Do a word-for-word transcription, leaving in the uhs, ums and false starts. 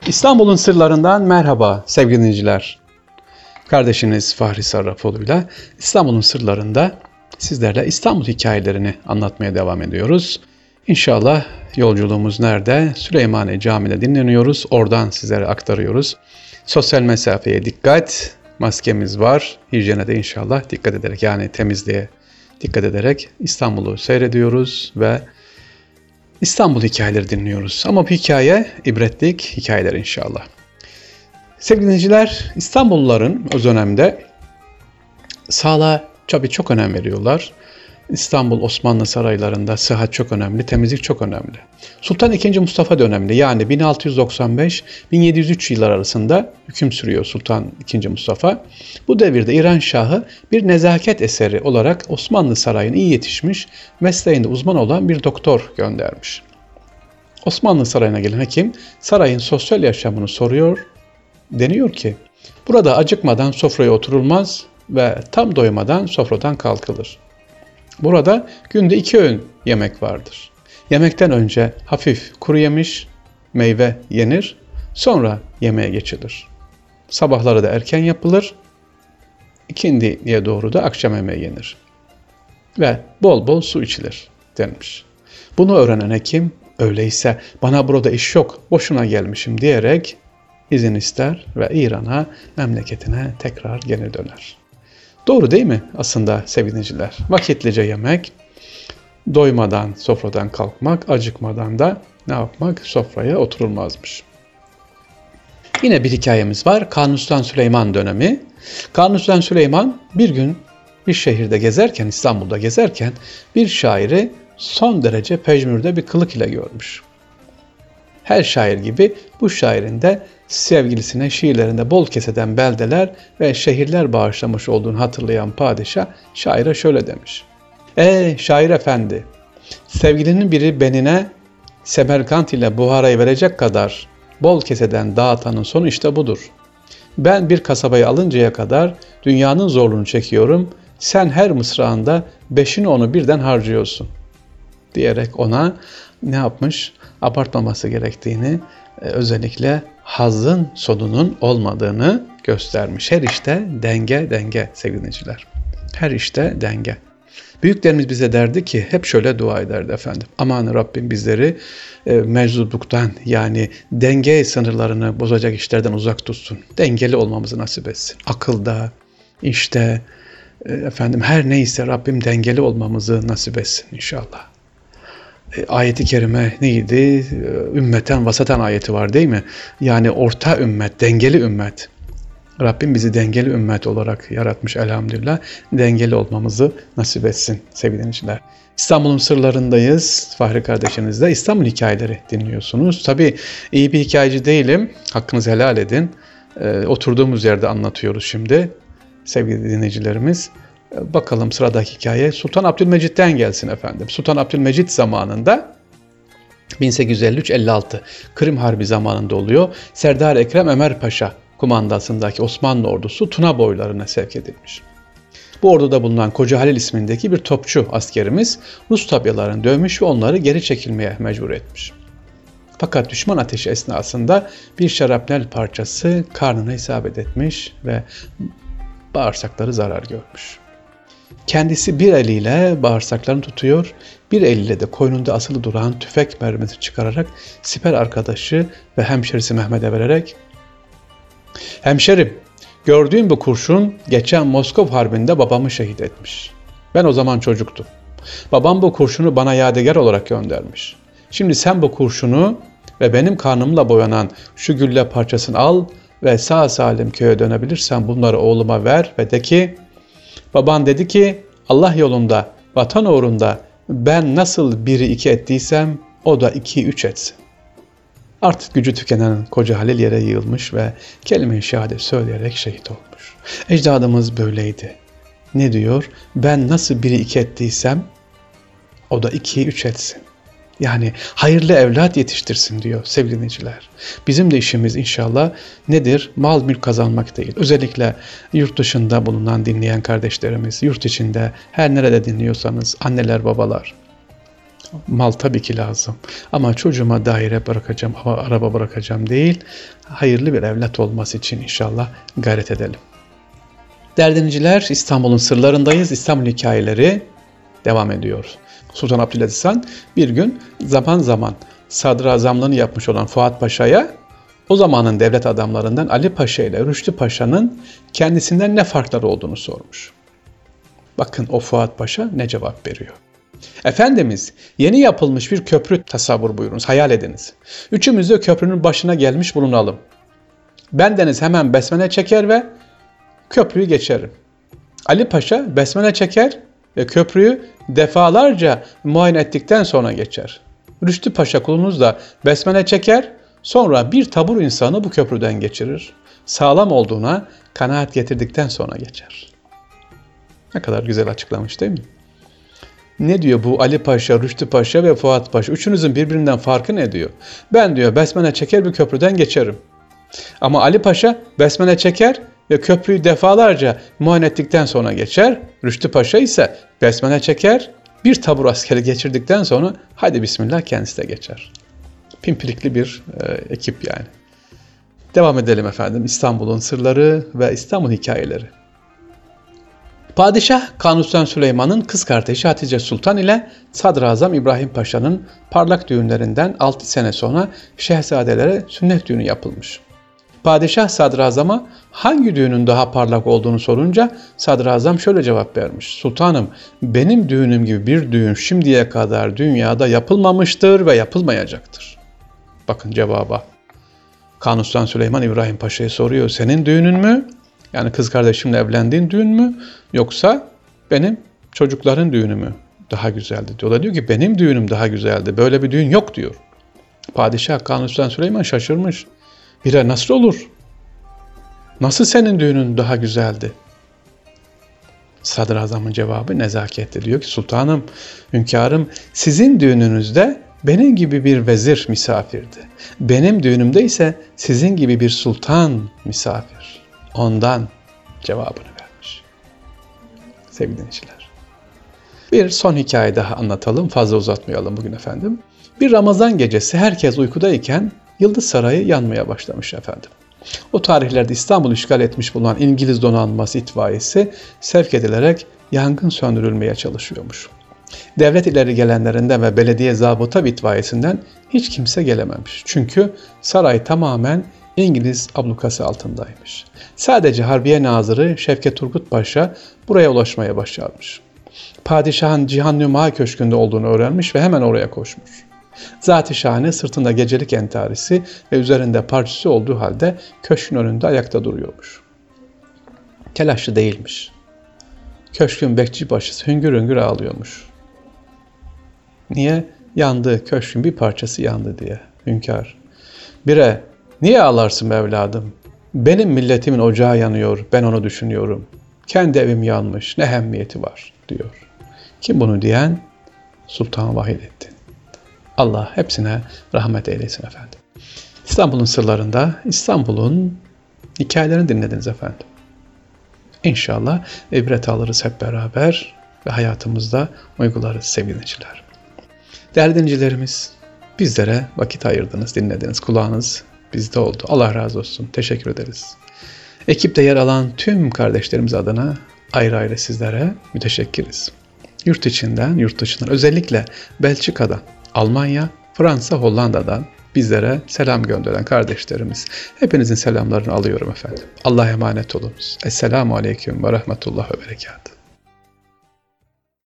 İstanbul'un sırlarından merhaba sevgili dinleyiciler. Kardeşiniz Fahri Sarrafoğlu'yla İstanbul'un sırlarında sizlerle İstanbul hikayelerini anlatmaya devam ediyoruz. İnşallah yolculuğumuz nerede? Süleymaniye Camii'de dinleniyoruz. Oradan sizlere aktarıyoruz. Sosyal mesafeye dikkat, maskemiz var. Hijyene de inşallah dikkat ederek, yani temizliğe dikkat ederek İstanbul'u seyrediyoruz ve İstanbul hikayeleri dinliyoruz. Ama bu hikaye ibretlik hikayeler inşallah. Sevgili dinleyiciler, İstanbulluların o dönemde sağlığa tabii çok önem veriyorlar. İstanbul Osmanlı saraylarında sıhhat çok önemli, temizlik çok önemli. Sultan ikinci. Mustafa döneminde, yani bin altı yüz doksan beş bin yedi yüz üç yıllar arasında hüküm sürüyor Sultan ikinci. Mustafa. Bu devirde İran Şahı bir nezaket eseri olarak Osmanlı sarayına iyi yetişmiş, mesleğinde uzman olan bir doktor göndermiş. Osmanlı sarayına gelen hekim sarayın sosyal yaşamını soruyor. Deniyor ki, burada acıkmadan sofraya oturulmaz ve tam doymadan sofradan kalkılır. Burada günde iki öğün yemek vardır. Yemekten önce hafif kuru yemiş, meyve yenir, sonra yemeğe geçilir. Sabahları da erken yapılır, ikindiye doğru da akşam yemeği yenir. Ve bol bol su içilir denmiş. Bunu öğrenen hekim, öyleyse bana burada iş yok, boşuna gelmişim diyerek izin ister ve İran'a, memleketine tekrar geri döner. Doğru değil mi aslında sevgili dinleyiciler? Vakitlice yemek, doymadan sofradan kalkmak, acıkmadan da ne yapmak? Sofraya oturulmazmış. Yine bir hikayemiz var. Kanuni Sultan Süleyman dönemi. Kanuni Sultan Süleyman bir gün bir şehirde gezerken, İstanbul'da gezerken bir şairi son derece pejmürde bir kılık ile görmüş. Her şair gibi bu şairin de sevgilisine şiirlerinde bol keseden beldeler ve şehirler bağışlamış olduğunu hatırlayan padişah şaire şöyle demiş. Ey şair efendi, sevgilinin biri benine Semerkant ile Buhara'yı verecek kadar bol keseden dağıtanın sonu işte budur. Ben bir kasabayı alıncaya kadar dünyanın zorluğunu çekiyorum, sen her mısrağında beşini onu birden harcıyorsun diyerek ona ne yapmış? Abartmaması gerektiğini, özellikle hazzın sonunun olmadığını göstermiş. Her işte denge, denge sevgili dinleyiciler. Her işte denge. Büyüklerimiz bize derdi ki, hep şöyle dua ederdi efendim. Aman Rabbim bizleri e, meczuplikten, yani denge sınırlarını bozacak işlerden uzak tutsun. Dengeli olmamızı nasip etsin. Akılda, işte, e, efendim her neyse Rabbim dengeli olmamızı nasip etsin inşallah. Ayet-i kerime neydi? Ümmeten vasaten ayeti var değil mi? Yani orta ümmet, dengeli ümmet. Rabbim bizi dengeli ümmet olarak yaratmış elhamdülillah. Dengeli olmamızı nasip etsin sevgili dinleyiciler. İstanbul'un sırlarındayız. Fahri kardeşinizle İstanbul hikayeleri dinliyorsunuz. Tabii iyi bir hikayeci değilim. Hakkınızı helal edin. Ee, oturduğumuz yerde anlatıyoruz şimdi sevgili dinleyicilerimiz. Bakalım sıradaki hikaye Sultan Abdülmecit'ten gelsin efendim. Sultan Abdülmecit zamanında bin sekiz yüz elli üç elli altı Kırım Harbi zamanında oluyor. Serdar Ekrem Ömer Paşa kumandasındaki Osmanlı ordusu Tuna boylarına sevk edilmiş. Bu orduda bulunan Koca Halil ismindeki bir topçu askerimiz Rus tabyalarını dövmüş ve onları geri çekilmeye mecbur etmiş. Fakat düşman ateşi esnasında bir şarapnel parçası karnına isabet etmiş ve bağırsakları zarar görmüş. Kendisi bir eliyle bağırsaklarını tutuyor, bir eliyle de koynunda asılı duran tüfek mermisini çıkararak siper arkadaşı ve hemşerisi Mehmet'e vererek "Hemşerim, gördüğüm bu kurşun geçen Moskov Harbi'nde babamı şehit etmiş. Ben o zaman çocuktum. Babam bu kurşunu bana yadigar olarak göndermiş. Şimdi sen bu kurşunu ve benim kanımla boyanan şu gülle parçasını al ve sağ salim köye dönebilirsen bunları oğluma ver ve de ki, baban dedi ki Allah yolunda, vatan uğrunda ben nasıl biri iki ettiysem o da iki üç etsin." Artık gücü tükenen Koca Halil yere yığılmış ve kelime-i şehadet söyleyerek şehit olmuş. Ecdadımız böyleydi. Ne diyor? Ben nasıl biri iki ettiysem o da iki üç etsin. Yani hayırlı evlat yetiştirsin diyor sevgili dinleyiciler. Bizim de işimiz inşallah nedir? Mal mülk kazanmak değil. Özellikle yurt dışında bulunan dinleyen kardeşlerimiz, yurt içinde her nerede dinliyorsanız anneler babalar. Mal tabii ki lazım. Ama çocuğuma daire bırakacağım, araba bırakacağım değil. Hayırlı bir evlat olması için inşallah gayret edelim. Değerli dinleyiciler, İstanbul'un sırlarındayız. İstanbul hikayeleri devam ediyor. Sultan Abdülaziz Han bir gün zaman zaman sadrazamlığını yapmış olan Fuat Paşa'ya o zamanın devlet adamlarından Ali Paşa ile Rüştü Paşa'nın kendisinden ne farkları olduğunu sormuş. Bakın o Fuat Paşa ne cevap veriyor. Efendimiz, yeni yapılmış bir köprü tasavvur buyurunuz, hayal ediniz. Üçümüz de köprünün başına gelmiş bulunalım. Bendeniz hemen besmele çeker ve köprüyü geçerim. Ali Paşa besmele çeker ve köprüyü defalarca muayene ettikten sonra geçer. Rüştü Paşa kulunuz da besmele çeker, sonra bir tabur insanı bu köprüden geçirir. Sağlam olduğuna kanaat getirdikten sonra geçer. Ne kadar güzel açıklamış değil mi? Ne diyor bu Ali Paşa, Rüştü Paşa ve Fuat Paşa? Üçünüzün birbirinden farkı ne diyor? Ben diyor besmele çeker bir köprüden geçerim. Ama Ali Paşa besmele çeker ve köprüyü defalarca muayene ettikten sonra geçer. Rüştü Paşa ise besmele çeker, bir tabur askeri geçirdikten sonra hadi bismillah kendisi de geçer. Pimpirikli bir e, ekip yani. Devam edelim efendim. İstanbul'un sırları ve İstanbul hikayeleri. Padişah Kanuni Süleyman'ın kız kardeşi Hatice Sultan ile Sadrazam İbrahim Paşa'nın parlak düğünlerinden altı sene sonra şehzadelere sünnet düğünü yapılmış. Padişah sadrazama hangi düğünün daha parlak olduğunu sorunca sadrazam şöyle cevap vermiş. Sultanım, benim düğünüm gibi bir düğün şimdiye kadar dünyada yapılmamıştır ve yapılmayacaktır. Bakın cevaba. Kanuni Sultan Süleyman İbrahim Paşa'ya soruyor. Senin düğünün mü? Yani kız kardeşimle evlendiğin düğün mü? Yoksa benim çocukların düğünü mü daha güzeldi? Diyorlar diyor ki benim düğünüm daha güzeldi. Böyle bir düğün yok diyor. Padişah Kanuni Sultan Süleyman şaşırmış. Bire nasıl olur? Nasıl senin düğünün daha güzeldi? Sadrazamın cevabı nezaketli. Diyor ki sultanım, hünkârım sizin düğününüzde benim gibi bir vezir misafirdi. Benim düğünümde ise sizin gibi bir sultan misafir. Ondan cevabını vermiş. Sevgili dinleyiciler. Bir son hikaye daha anlatalım. Fazla uzatmayalım bugün efendim. Bir Ramazan gecesi herkes uykudayken Yıldız Sarayı yanmaya başlamış efendim. O tarihlerde İstanbul'u işgal etmiş bulunan İngiliz donanması itfaiyesi sevk edilerek yangın söndürülmeye çalışıyormuş. Devlet ileri gelenlerinden ve belediye zabıta itfaiyesinden hiç kimse gelememiş. Çünkü saray tamamen İngiliz ablukası altındaymış. Sadece Harbiye Nazırı Şevket Turgut Paşa buraya ulaşmaya başarmış. Padişahın Cihan-ı Köşkü'nde olduğunu öğrenmiş ve hemen oraya koşmuş. Zat-ı Şahane sırtında gecelik entarisi ve üzerinde parçası olduğu halde köşkün önünde ayakta duruyormuş. Telaşlı değilmiş. Köşkün bekçibaşı hüngür hüngür ağlıyormuş. Niye? Yandı, köşkün bir parçası yandı diye. Hünkâr. Bire, niye ağlarsın evladım? Benim milletimin ocağı yanıyor, ben onu düşünüyorum. Kendi evim yanmış, ne ehemmiyeti var diyor. Kim bunu diyen? Sultan Vahidettin. Allah hepsine rahmet eylesin efendim. İstanbul'un sırlarında İstanbul'un hikayelerini dinlediniz efendim. İnşallah ibret alırız hep beraber ve hayatımızda uygularız sevgili dinleyiciler. Değerli dinleyicilerimiz, bizlere vakit ayırdınız, dinlediniz, kulağınız bizde oldu. Allah razı olsun. Teşekkür ederiz. Ekipte yer alan tüm kardeşlerimiz adına ayrı ayrı sizlere müteşekkiriz. Yurt içinden, yurt dışından, özellikle Belçika'dan, Almanya, Fransa, Hollanda'dan bizlere selam gönderen kardeşlerimiz. Hepinizin selamlarını alıyorum efendim. Allah'a emanet olunuz. Esselamu Aleyküm ve Rahmetullah ve Berekatuhu.